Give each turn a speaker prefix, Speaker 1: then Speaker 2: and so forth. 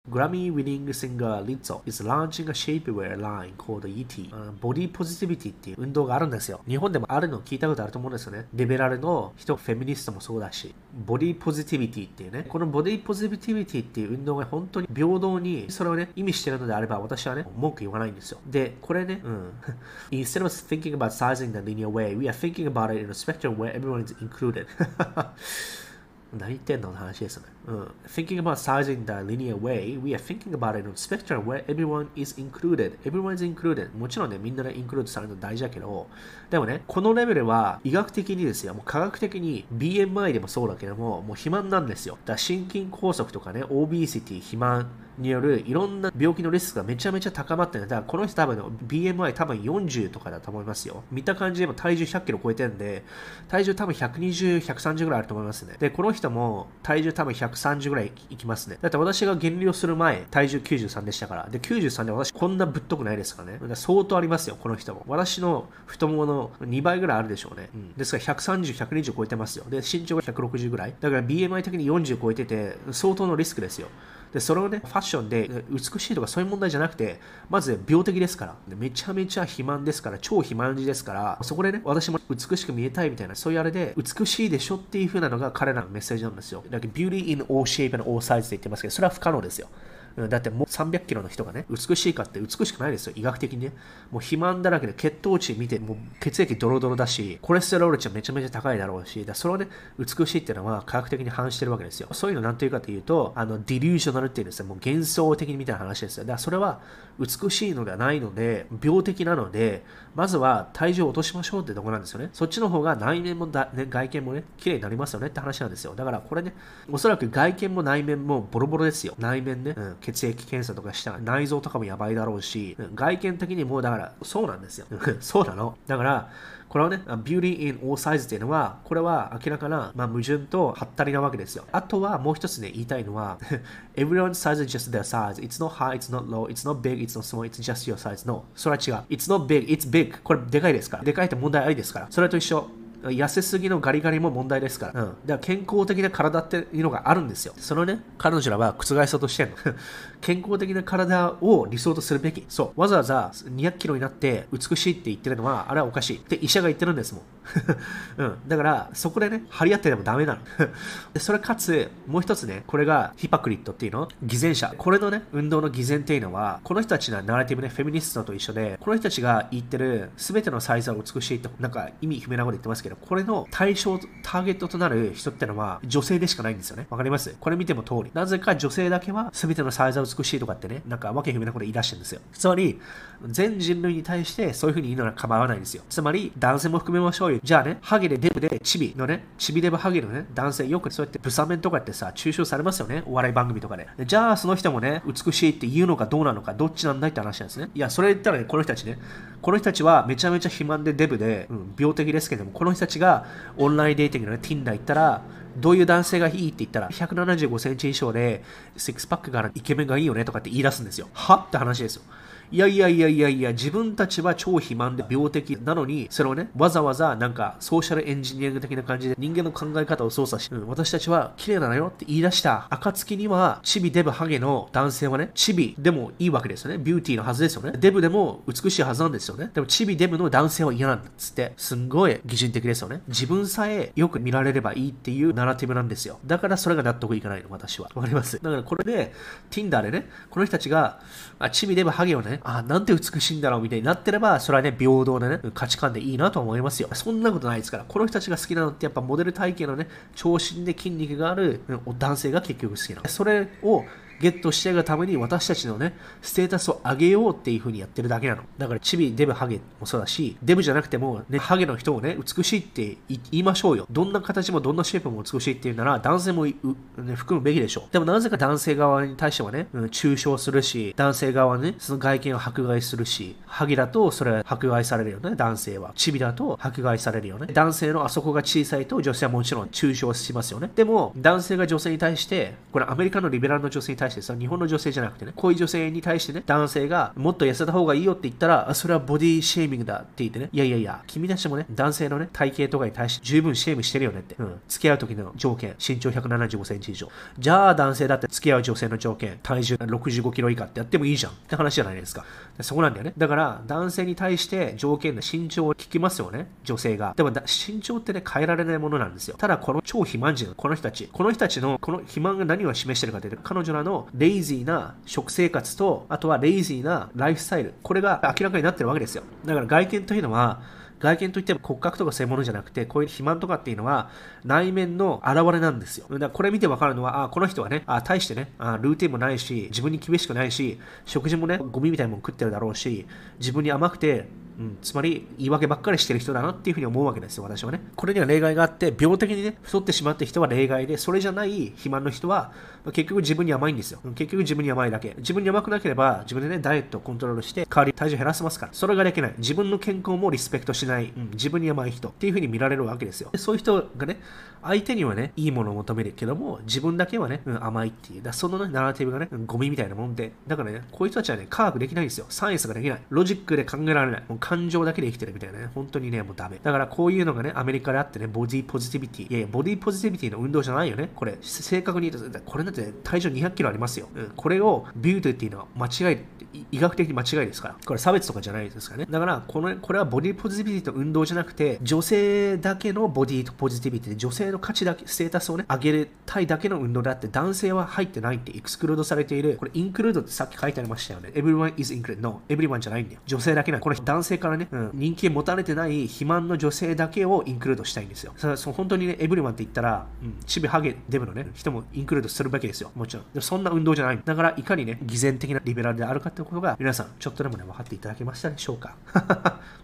Speaker 1: Grammy winning singer Lizzo is launching a shapewear line called ET、ボディポジティビティっていう運動があるんですよ。日本でもあるの聞いたことあると思うんですよね。リベラルの人、フェミニストもそうだし、ボディポジティビティっていうね、このボディポジティビティっていう運動が本当に平等にそれをね、意味してるのであれば、私はね、文句言わないんですよ。で、これね、Instead of thinking about sizing the linear way, we are thinking about it in a spectrum where everyone is included. 何言ってんのの話ですね。Thinking about sizing the linear way, we are thinking about it in a spectrum where everyone is included. Everyone is included. もちろんね、みんなでインクルードされるの大事だけど、でもね、このレベルは医学的にですよ、もう科学的に BMI でもそうだけども、もう肥満なんですよ。だから心筋梗塞とかね、オービーシティ、肥満によるいろんな病気のリスクがめちゃめちゃ高まってるんだ。だからこの人多分 BMI 多分40とかだと思いますよ。見た感じでも体重100キロ超えてるんで、体重多分120、130ぐらいあると思いますね。で、この人も体重多分130ぐらいいきますね。だって私が減量する前、体重93でしたから。で、93で私こんなぶっとくないですからね。だから相当ありますよ、この人も。私の太ももの2倍ぐらいあるでしょうね。ですから130、120超えてますよ。で、身長が160ぐらい。だから BMI 的に40超えてて、相当のリスクですよ。で、それをね、ファッションで美しいとかそういう問題じゃなくて、まず病的ですから。でめちゃめちゃ肥満ですから、超肥満児ですから、そこでね、私も美しく見えたいみたいな、そういうあれで、美しいでしょっていう風なのが彼らのメッセージなんですよ。だから、beauty in all shape and all size って言ってますけど、それは不可能ですよ。だってもう300キロの人がね、美しいかって美しくないですよ、医学的にね。もう肥満だらけで血糖値見て、もう血液ドロドロだし、コレステロール値はめちゃめちゃ高いだろうし、それをね、美しいっていうのは科学的に反してるわけですよ。そういうのなんていうかというと、ディリュージョナルっていうんですよ。もう幻想的にみたいな話ですよ。だからそれは美しいのではないので、病的なので、まずは体重を落としましょうってとこなんですよね。そっちの方が内面もね、外見もね、綺麗になりますよねって話なんですよ。だからこれね、おそらく外見も内面もボロボロですよ。内面ね、血液検査とかしたら内臓とかもやばいだろうし、外見的にもだからそうなんですよ。そうなの。だから、これはね、beauty in all size っていうのは、これは明らかな、矛盾とはったりなわけですよ。あとはもう一つね、言いたいのは、everyone's size is just their size. It's not high, it's not low, it's not big, it's not small, it's just your size. No. それは違う。It's not big, it's big. これでかいですから。でかいって問題ありですから。それと一緒。痩せすぎのガリガリも問題ですから。だから健康的な体っていうのがあるんですよ。そのね、彼女らは覆そうとしてんの。健康的な体を理想とするべき。そう。わざわざ200キロになって美しいって言ってるのは、あれはおかしい。って医者が言ってるんですもん。だから、そこでね、張り合ってでもダメなの。で、それかつ、もう一つね、これがヒパクリットっていうの偽善者。これのね、運動の偽善っていうのは、この人たちのナラティブね、フェミニストと一緒で、この人たちが言ってる全てのサイズは美しいと、なんか意味不明なこと言ってますけど、これの対象、ターゲットとなる人ってのは女性でしかないんですよね。わかります？これ見ても通り。なぜか女性だけは全てのサイズは美しいとかってね、なんかわけ不明なこと言い出してるんですよ。つまり、全人類に対してそういう風に言うのは構わないんですよ。つまり、男性も含めましょうよ。じゃあね、ハゲでデブでチビのね、チビデブハゲのね、男性よくそうやってブサメンとかってさ、中傷されますよね。お笑い番組とかで。じゃあ、その人もね、美しいって言うのかどうなのか、どっちなんだいって話なんですね。いや、それ言ったらね、この人たちね、この人たちはめちゃめちゃ肥満でデブで、病的ですけども、この人たちがオンラインデーティングの、ね、Tinder 行ったら、どういう男性がいいって言ったら、175センチ以上で、シックスパックがあるイケメンがいいよねとかって言い出すんですよ。はって話ですよ。いや、自分たちは超肥満で病的なのに、それをね、わざわざなんかソーシャルエンジニアリング的な感じで人間の考え方を操作し、私たちは綺麗なのよって言い出した暁には、チビデブハゲの男性はね、チビでもいいわけですよね。ビューティーのはずですよね。デブでも美しいはずなんですよね。でもチビデブの男性は嫌なんだっつって、すんごい擬人的ですよね。自分さえよく見られればいいっていうナラティブなんですよ。だからそれが納得いかないの、私は。わかります。だからこれで、Tinder でね、この人たちが、チビデブハゲをね、なんて美しいんだろうみたいになってれば、それはね、平等なね、価値観でいいなと思いますよ。そんなことないですから。この人たちが好きなのってやっぱモデル体型のね、長身で筋肉がある男性が結局好きなの。それをゲットしてあげるために私たちのね、ステータスを上げようっていう風にやってるだけなの。だからチビ、デブ、ハゲもそうだし、デブじゃなくてもね、ハゲの人をね、美しいって言いましょうよ。どんな形もどんなシェイプも美しいっていうなら、男性もね、含むべきでしょう。でもなぜか男性側に対してはね、中傷するし、男性側はね、その外見を迫害するし、ハゲだとそれは迫害されるよね、男性は。チビだと迫害されるよね。男性のあそこが小さいと女性はもちろん中傷しますよね。でも、男性が女性に対して、これアメリカのリベラルの女性に対対して、その日本の女性じゃなくてね、こういう女性に対してね、男性がもっと痩せた方がいいよって言ったら、それはボディシェーミングだって言ってね、いやいやいや、君たちもね、男性のね、体型とかに対して十分シェームしてるよねって。付き合う時の条件、身長175センチ以上。じゃあ男性だって付き合う女性の条件、体重65キロ以下ってやってもいいじゃんって話じゃないですか。そこなんだよね。だから男性に対して条件の身長を聞きますよね、女性が。でも身長ってね、変えられないものなんですよ。ただこの超肥満人、この人たちのこの肥満が何を示してるかというと、彼女らのレイジーな食生活と、あとはレイジーなライフスタイル、これが明らかになってるわけですよ。だから外見というのは、外見といっても骨格とかそういうものじゃなくて、こういう肥満とかっていうのは内面の現れなんですよ。だからこれ見てわかるのは、この人はね、大してね、ルーティンもないし、自分に厳しくないし、食事もね、ゴミみたいなもの食ってるだろうし、自分に甘くて、つまり言い訳ばっかりしてる人だなっていうふうに思うわけですよ、私はね。これには例外があって、病的にね、太ってしまった人は例外で、それじゃない肥満の人は、結局自分に甘いんですよ。結局自分に甘いだけ。自分に甘くなければ、自分でね、ダイエットをコントロールして、代わり体重減らせますから。それができない。自分の健康もリスペクトしない、自分に甘い人っていうふうに見られるわけですよ。でそういう人がね、相手にはね、いいものを求めるけども、自分だけはね、甘いっていう。そのね、ナラティブがね、ゴミみたいなもんで。だからね、こういう人たちはね、科学できないんですよ。サイエンスができない。ロジックで考えられない。もう感情だけで生きてるみたいなね。本当にね、もうダメ。だからこういうのがね、アメリカであってね、ボディポジティビティ。いやいや、ボディポジティビティの運動じゃないよね。これ、正確に言うと、これだって体重200キロありますよ。これをビュートっていうのは間違い、医学的に間違いですから。これ差別とかじゃないですからね。だから、これはボディポジティビティの運動じゃなくて、女性だけのボディポジティビティで、女性の価値だけ、ステータスをね、上げたいだけの運動であって、男性は入ってないってエクスクルードされている。これ、インクルードってさっき書いてありましたよね。everyone is included. No, everyone じゃないんだよ。女性だけなんこれ、男性からね、人気持たれてない肥満の女性だけをインクルードしたいんですよ。本当にね、everyone って言ったら、チビハゲデブのね、人もインクルードするべきですよ。もちろん。でもそんな運動じゃない。だから、いかにね、偽善的なリベラルであるかってことが、皆さん、ちょっとでもね、分かっていただけましたでしょうか。